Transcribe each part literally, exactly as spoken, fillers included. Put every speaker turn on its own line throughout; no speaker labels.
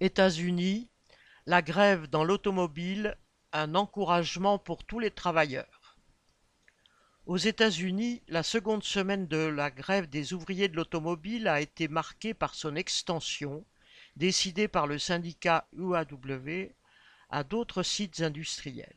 États-Unis, la grève dans l'automobile, un encouragement pour tous les travailleurs. Aux États-Unis, la seconde semaine de la grève des ouvriers de l'automobile a été marquée par son extension, décidée par le syndicat U A W, à d'autres sites industriels.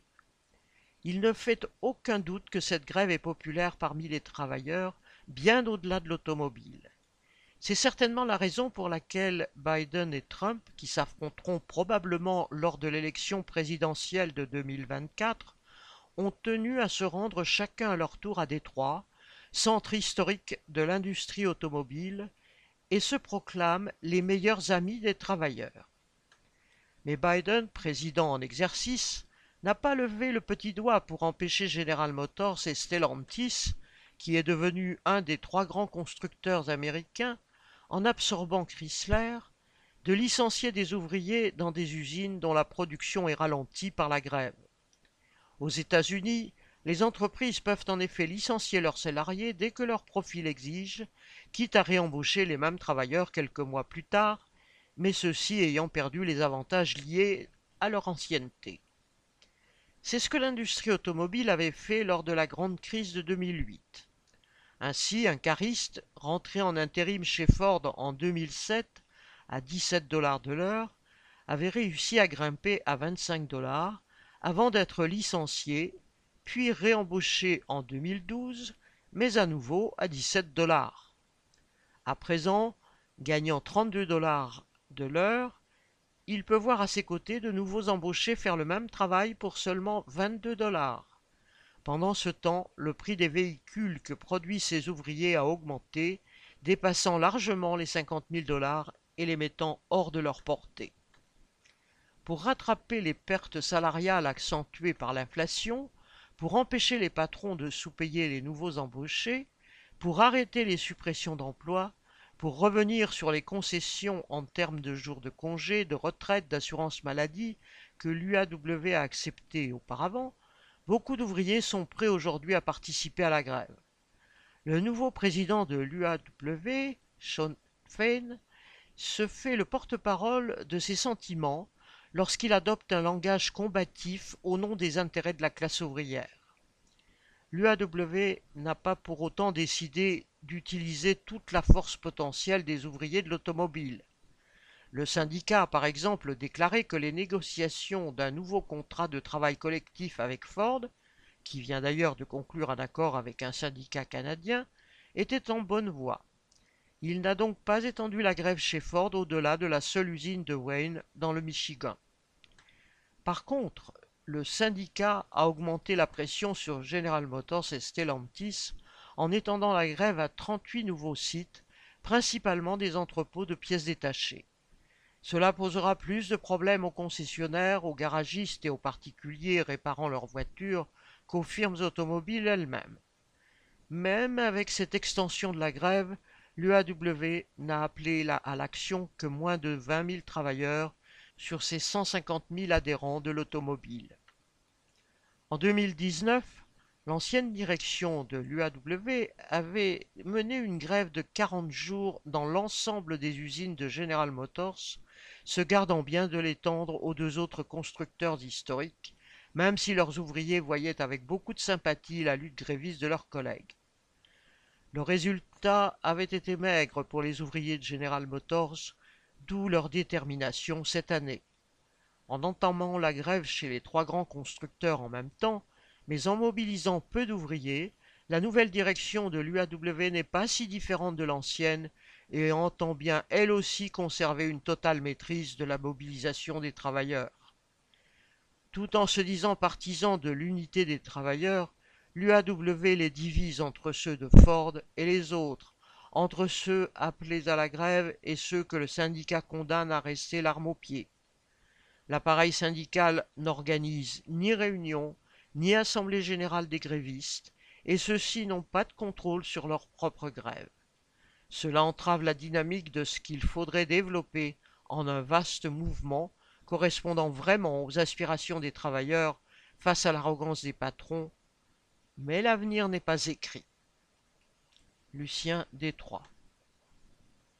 Il ne fait aucun doute que cette grève est populaire parmi les travailleurs, bien au-delà de l'automobile. C'est certainement la raison pour laquelle Biden et Trump, qui s'affronteront probablement lors de l'élection présidentielle de deux mille vingt-quatre, ont tenu à se rendre chacun à leur tour à Détroit, centre historique de l'industrie automobile, et se proclament les meilleurs amis des travailleurs. Mais Biden, président en exercice, n'a pas levé le petit doigt pour empêcher General Motors et Stellantis, qui est devenu un des trois grands constructeurs américains, en absorbant Chrysler, de licencier des ouvriers dans des usines dont la production est ralentie par la grève. Aux États-Unis, les entreprises peuvent en effet licencier leurs salariés dès que leur profil l'exige, quitte à réembaucher les mêmes travailleurs quelques mois plus tard, mais ceux-ci ayant perdu les avantages liés à leur ancienneté. C'est ce que l'industrie automobile avait fait lors de la grande crise de deux mille huit. Ainsi, un cariste, rentré en intérim chez Ford en deux mille sept à dix-sept dollars de l'heure, avait réussi à grimper à vingt-cinq dollars avant d'être licencié, puis réembauché en deux mille douze, mais à nouveau à dix-sept dollars. À présent, gagnant trente-deux dollars de l'heure, il peut voir à ses côtés de nouveaux embauchés faire le même travail pour seulement vingt-deux dollars. Pendant ce temps, le prix des véhicules que produisent ces ouvriers a augmenté, dépassant largement les cinquante mille dollars et les mettant hors de leur portée. Pour rattraper les pertes salariales accentuées par l'inflation, pour empêcher les patrons de sous-payer les nouveaux embauchés, pour arrêter les suppressions d'emplois, pour revenir sur les concessions en termes de jours de congé, de retraite, d'assurance maladie que l'U A W a acceptées auparavant, beaucoup d'ouvriers sont prêts aujourd'hui à participer à la grève. Le nouveau président de l'U A W, Shawn Fain, se fait le porte-parole de ses sentiments lorsqu'il adopte un langage combatif au nom des intérêts de la classe ouvrière. L'U A W n'a pas pour autant décidé d'utiliser toute la force potentielle des ouvriers de l'automobile. Le syndicat a par exemple déclaré que les négociations d'un nouveau contrat de travail collectif avec Ford, qui vient d'ailleurs de conclure un accord avec un syndicat canadien, étaient en bonne voie. Il n'a donc pas étendu la grève chez Ford au-delà de la seule usine de Wayne dans le Michigan. Par contre, le syndicat a augmenté la pression sur General Motors et Stellantis en étendant la grève à trente-huit nouveaux sites, principalement des entrepôts de pièces détachées. Cela posera plus de problèmes aux concessionnaires, aux garagistes et aux particuliers réparant leurs voitures qu'aux firmes automobiles elles-mêmes. Même avec cette extension de la grève, l'U A W n'a appelé à l'action que moins de vingt mille travailleurs sur ses cent cinquante mille adhérents de l'automobile. En deux mille dix-neuf, l'ancienne direction de l'U A W avait mené une grève de quarante jours dans l'ensemble des usines de General Motors, se gardant bien de l'étendre aux deux autres constructeurs historiques, même si leurs ouvriers voyaient avec beaucoup de sympathie la lutte gréviste de leurs collègues. Le résultat avait été maigre pour les ouvriers de General Motors, d'où leur détermination cette année. En entamant la grève chez les trois grands constructeurs en même temps, mais en mobilisant peu d'ouvriers, la nouvelle direction de l'U A W n'est pas si différente de l'ancienne et entend bien elle aussi conserver une totale maîtrise de la mobilisation des travailleurs. Tout en se disant partisan de l'unité des travailleurs, l'U A W les divise entre ceux de Ford et les autres, entre ceux appelés à la grève et ceux que le syndicat condamne à rester l'arme au pied. L'appareil syndical n'organise ni réunion, ni assemblée générale des grévistes, et ceux-ci n'ont pas de contrôle sur leur propre grève. Cela entrave la dynamique de ce qu'il faudrait développer en un vaste mouvement correspondant vraiment aux aspirations des travailleurs face à l'arrogance des patrons, mais l'avenir n'est pas écrit. Lucien Détroit.